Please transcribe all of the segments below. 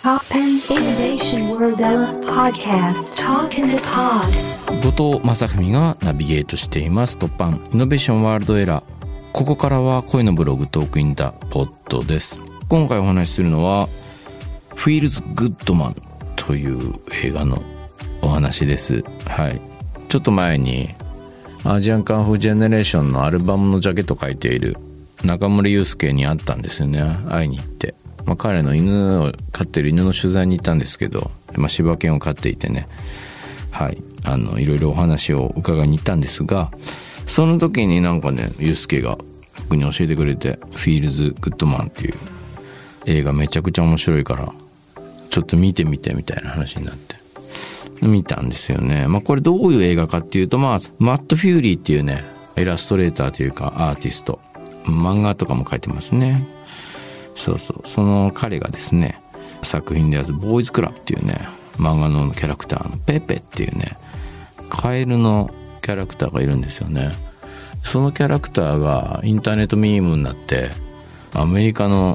Poppen Innovation World Podcast Talk in the Pod。 後藤正文がナビゲートしています突破イノベーションワールドエラー。ここからは声のブログトークインダポッドです。今回お話しするのはフィールズ・グッドマンという映画のお話です。はい。ちょっと前にアジアンカンフージェネレーションのアルバムのジャケットを描いている中村祐介に会ったんですよね。会いに行って、彼の犬を飼ってる犬の取材に行ったんですけど、柴犬を飼っていてね、はい、いろいろお話を伺いに行ったんですが、その時になんかね、祐介が僕に教えてくれて、フィールズ・グッドマンっていう映画めちゃくちゃ面白いからちょっと見てみてみたいな話になって見たんですよね。これどういう映画かっていうと、マット・フューリーっていうね、イラストレーターというかアーティスト、漫画とかも描いてますね。その彼がですね、作品でやつボーイズクラブっていうね、漫画のキャラクターのペペっていうね、カエルのキャラクターがいるんですよね。そのキャラクターがインターネットミームになって、アメリカの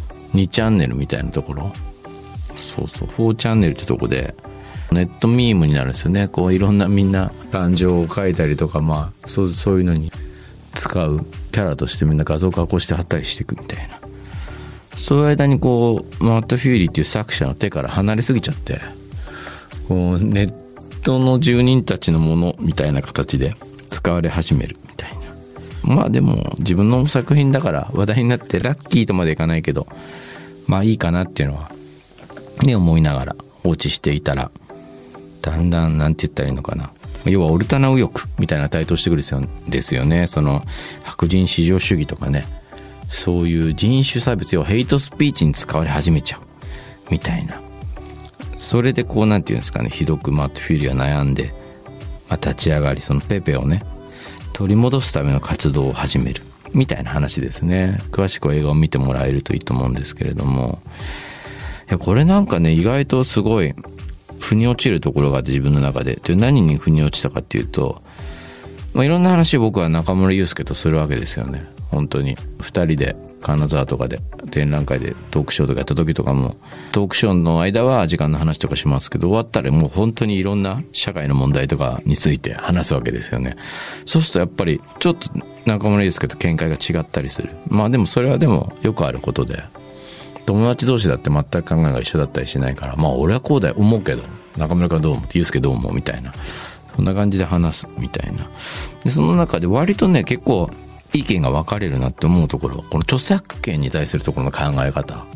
2チャンネルみたいなところ、4チャンネルってとこでネットミームになるんですよね。こういろんなみんな感情を書いたりとか、そういうのに使うキャラとしてみんな画像加工して貼ったりしていくみたいな。そういう間にこうマット・フューリーっていう作者の手から離れすぎちゃって、こうネットの住人たちのものみたいな形で使われ始めるみたいな。でも自分の作品だから話題になってラッキーとまでいかないけど、いいかなっていうのはね、思いながら放置していたら、だんだんなんて言ったらいいのかな、要はオルタナ右翼みたいな台頭してくるですよね。その白人至上主義とかね、そういう人種差別をヘイトスピーチに使われ始めちゃうみたいな。それでこうなんていうんですかね、ひどくマット・フィーリーは悩んで、立ち上がり、そのペペをね取り戻すための活動を始めるみたいな話ですね。詳しくは映画を見てもらえるといいと思うんですけれども、これなんかね、意外とすごい腑に落ちるところがあって、自分の中で。何に腑に落ちたかっていうと、いろんな話を僕は中村祐介とするわけですよね。本当に2人で金沢とかで展覧会でトークショーとかやった時とかも、トークショーの間は時間の話とかしますけど、終わったらもう本当にいろんな社会の問題とかについて話すわけですよね。そうするとやっぱりちょっと中村祐介と見解が違ったりする。でもそれはでもよくあることで、友達同士だって全く考えが一緒だったりしないから、俺はこうだよ思うけど中村君はどう思う、祐介どう思うみたいな、そんな感じで話すみたいな。でその中で割とね、結構意見が分かれるなって思うところ、この著作権に対するところの考え方。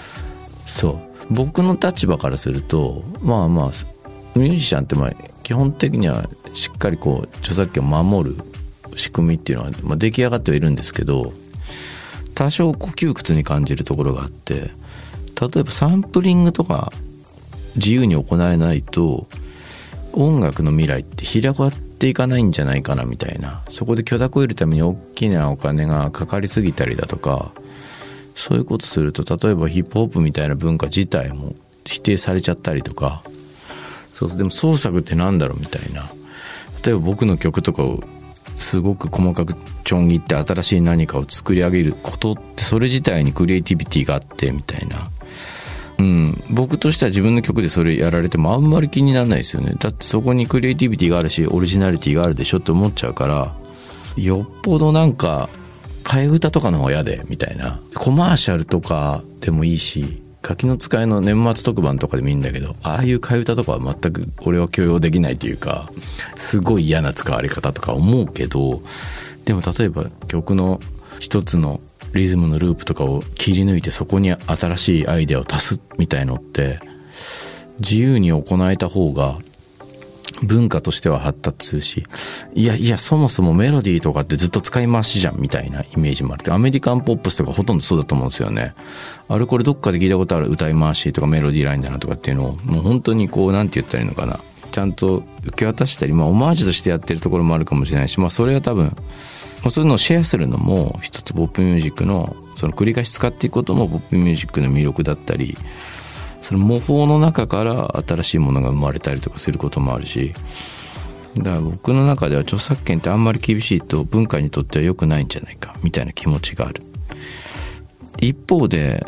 僕の立場からすると、ミュージシャンって基本的にはしっかりこう著作権を守る仕組みっていうのは出来上がってはいるんですけど、多少窮屈に感じるところがあって、例えばサンプリングとか自由に行えないと音楽の未来って開かっていかないんじゃないかなみたいな。そこで許諾を得るために大きなお金がかかりすぎたりだとか、そういうことすると、例えばヒップホップみたいな文化自体も否定されちゃったりとか、でも創作ってなんだろうみたいな。例えば僕の曲とかをすごく細かくちょん切って新しい何かを作り上げることって、それ自体にクリエイティビティがあってみたいな。僕としては自分の曲でそれやられてもあんまり気にならないですよね。だってそこにクリエイティビティがあるしオリジナリティがあるでしょって思っちゃうから、よっぽどなんか替え歌とかの方が嫌でみたいな。コマーシャルとかでもいいし、ガキの使いの年末特番とかでもいいんだけど、ああいう替え歌とかは全く俺は許容できないというか、すごい嫌な使われ方とか思うけど、でも例えば曲の一つのリズムのループとかを切り抜いてそこに新しいアイデアを足すみたいのって自由に行えた方が文化としては発達するし、いやそもそもメロディーとかってずっと使い回しじゃんみたいなイメージもある。アメリカンポップスとかほとんどそうだと思うんですよね。あれこれどっかで聞いたことある歌い回しとかメロディーラインだなとかっていうのを、もう本当にこうなんて言ったらいいのかな、ちゃんと受け渡したり、オマージュとしてやってるところもあるかもしれないし、それは多分そういうのをシェアするのも一つポップミュージックのその繰り返し使っていくこともポップミュージックの魅力だったり、その模倣の中から新しいものが生まれたりとかすることもあるし、だから僕の中では著作権ってあんまり厳しいと文化にとっては良くないんじゃないかみたいな気持ちがある。一方で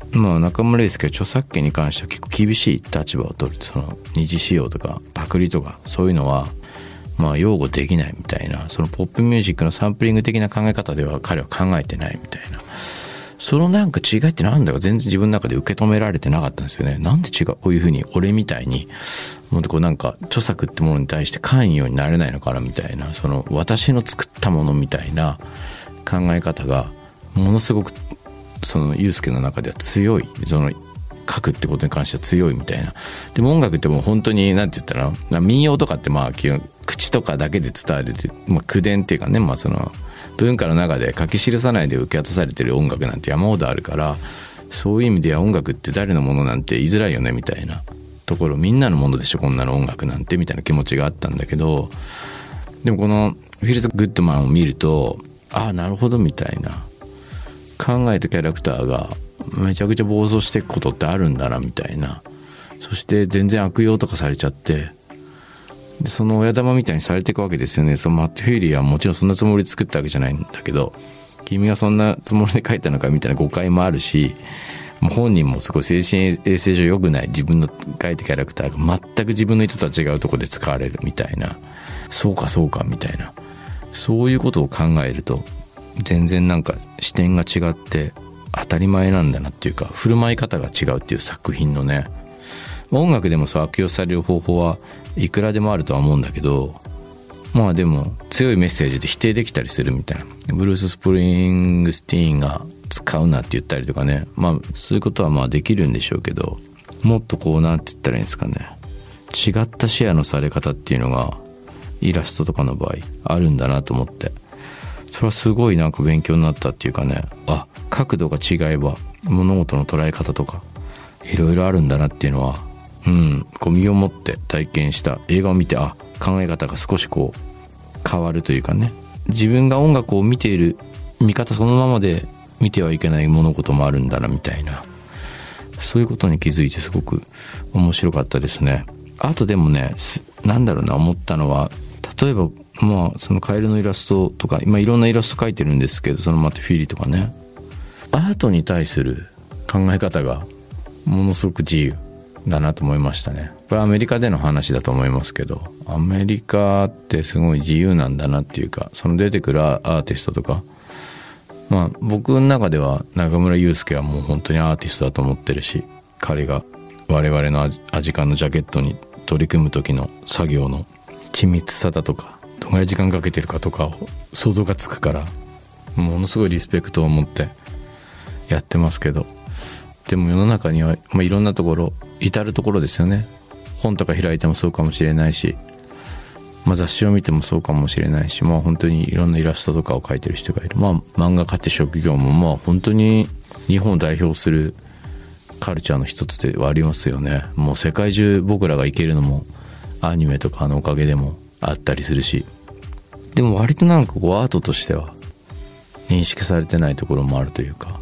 中村祐介は著作権に関しては結構厳しい立場を取る。その二次使用とかパクリとかそういうのは擁護できないみたいな、そのポップミュージックのサンプリング的な考え方では彼は考えてないみたいな、そのなんか違いってなんだか全然自分の中で受け止められてなかったんですよね。なんで違う、こういうふうに俺みたいにもっとこうなんか著作ってものに対して寛容になれないのかなみたいな、その私の作ったものみたいな考え方がものすごくその祐介の中では強い、その書くってことに関しては強いみたいな。でも音楽ってもう本当になんて言ったら、民謡とかって基本口とかだけで伝われて、口伝っていうかね、その文化の中で書き記さないで受け渡されてる音楽なんて山ほどあるから、そういう意味では音楽って誰のものなんて言いづらいよねみたいなところ、みんなのものでしょこんなの音楽なんてみたいな気持ちがあったんだけど、でもこのフィルズ・グッドマンを見ると、なるほどみたいな、考えたキャラクターがめちゃくちゃ暴走していくことってあるんだなみたいな。そして全然悪用とかされちゃって、でその親玉みたいにされていくわけですよね。そのマット・フィーリーはもちろんそんなつもりで作ったわけじゃないんだけど、君がそんなつもりで書いたのかみたいな誤解もあるし、もう本人もすごい精神衛生上良くない自分の書いたキャラクターが全く自分の意図とは違うところで使われるみたいな、そうかみたいな、そういうことを考えると全然なんか視点が違って当たり前なんだなっていうか、振る舞い方が違うっていう作品のね。音楽でもそう悪用される方法はいくらでもあるとは思うんだけど、でも強いメッセージで否定できたりするみたいな。ブルース・スプリングスティーンが使うなって言ったりとかね、そういうことはできるんでしょうけど、もっとこうなんて言ったらいいんですかね、違ったシェアのされ方っていうのがイラストとかの場合あるんだなと思って、それはすごいなんか勉強になったっていうかね、角度が違えば物事の捉え方とかいろいろあるんだなっていうのは、こう身をもって体験した映画を見て、考え方が少しこう変わるというかね、自分が音楽を見ている見方そのままで見てはいけない物事もあるんだなみたいな、そういうことに気づいてすごく面白かったですね。あとでもね、思ったのは、例えばそのカエルのイラストとか、いろんなイラスト描いてるんですけど、そのマテフィーリとかね、アートに対する考え方がものすごく自由だなと思いましたね。これはアメリカでの話だと思いますけど、アメリカってすごい自由なんだなっていうか、その出てくるアーティストとか、僕の中では中村祐介はもう本当にアーティストだと思ってるし、彼が我々のアジカンのジャケットに取り組む時の作業の緻密さだとか、どのぐらい時間かけてるかとかを想像がつくから、ものすごいリスペクトを持ってやってますけど、でも世の中にはいろんなところ、至るところですよね。本とか開いてもそうかもしれないし、雑誌を見てもそうかもしれないし、本当にいろんなイラストとかを描いてる人がいる。漫画家って職業も本当に日本を代表するカルチャーの一つではありますよね。もう世界中僕らが行けるのもアニメとかのおかげでもあったりするし、でも割となんかこうアートとしては認識されてないところもあるというか、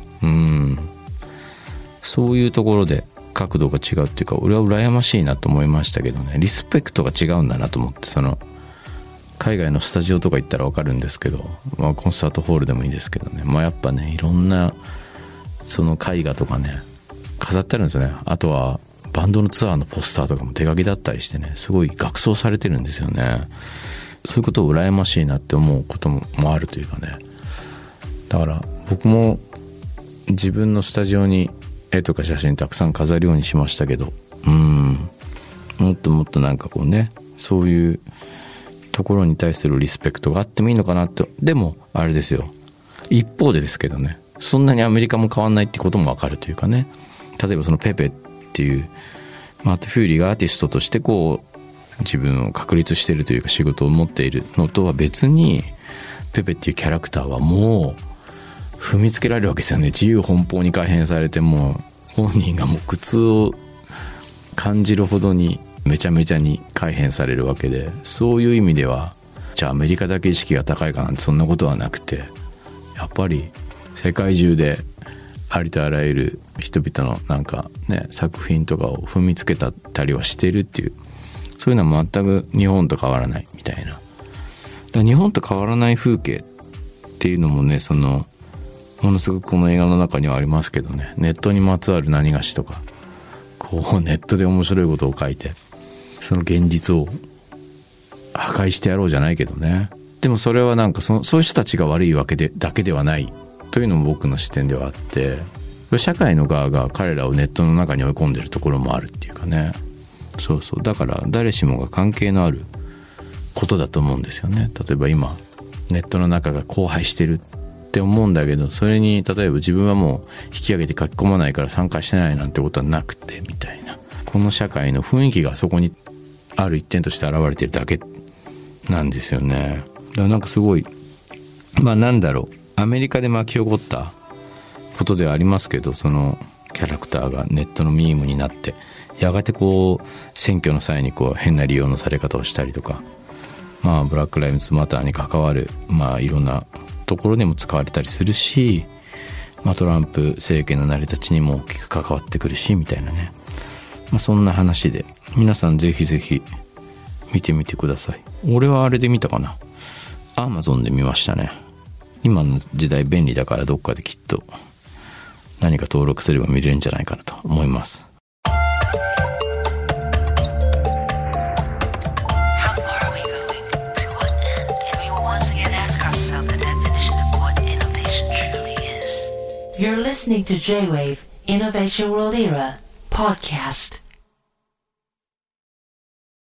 そういうところで角度が違うっていうか、俺は羨ましいなと思いましたけどね。リスペクトが違うんだなと思って、その海外のスタジオとか行ったら分かるんですけど、コンサートホールでもいいですけどね、やっぱね、いろんなその絵画とかね飾ってあるんですよね。あとはバンドのツアーのポスターとかも手書きだったりしてね、すごい額装されてるんですよね。そういうことを羨ましいなって思うこともあるというかね。だから僕も自分のスタジオに絵とか写真たくさん飾るようにしましたけど、もっともっとなんかこうね、そういうところに対するリスペクトがあってもいいのかなって。でもあれですよ、一方でですけどね、そんなにアメリカも変わんないってこともわかるというかね。例えばそのペペっていうマット・フューリーがアーティストとしてこう自分を確立しているというか仕事を持っているのとは別に、ペペっていうキャラクターはもう踏みつけられるわけですよね。自由奔放に改変されて、もう本人がもう苦痛を感じるほどにめちゃめちゃに改変されるわけで、そういう意味ではじゃあアメリカだけ意識が高いかなんてそんなことはなくて、やっぱり世界中でありとあらゆる人々のなんかね作品とかを踏みつけたりはしてるっていう、そういうのは全く日本と変わらないみたいな。だから日本と変わらない風景っていうのもね、そのものすごくこの映画の中にはありますけどね、ネットにまつわる何がしとか、こうネットで面白いことを書いてその現実を破壊してやろうじゃないけどね。でもそれはなんかそういう人たちが悪いわけでだけではないというのも僕の視点ではあって、社会の側が彼らをネットの中に追い込んでるところもあるっていうかね。そうそう、だから誰しもが関係のあることだと思うんですよね。例えば今ネットの中が荒廃してるって思うんだけど、それに例えば自分はもう引き上げて書き込まないから参加してないなんてことはなくてみたいな、この社会の雰囲気がそこにある一点として現れてるだけなんですよね。だからなんかすごいなんだろう、アメリカで巻き起こったことではありますけど、そのキャラクターがネットのミームになってやがてこう選挙の際にこう変な利用のされ方をしたりとか、ブラックライブズマターに関わるいろんなところでも使われたりするし、トランプ政権の成り立ちにも大きく関わってくるしみたいなね、そんな話で皆さんぜひぜひ見てみてください。俺はあれで見たかな、Amazon で見ましたね。今の時代便利だからどっかできっと何か登録すれば見れるんじゃないかなと思います。 You're listening to J-Wave Innovation World Era podcast.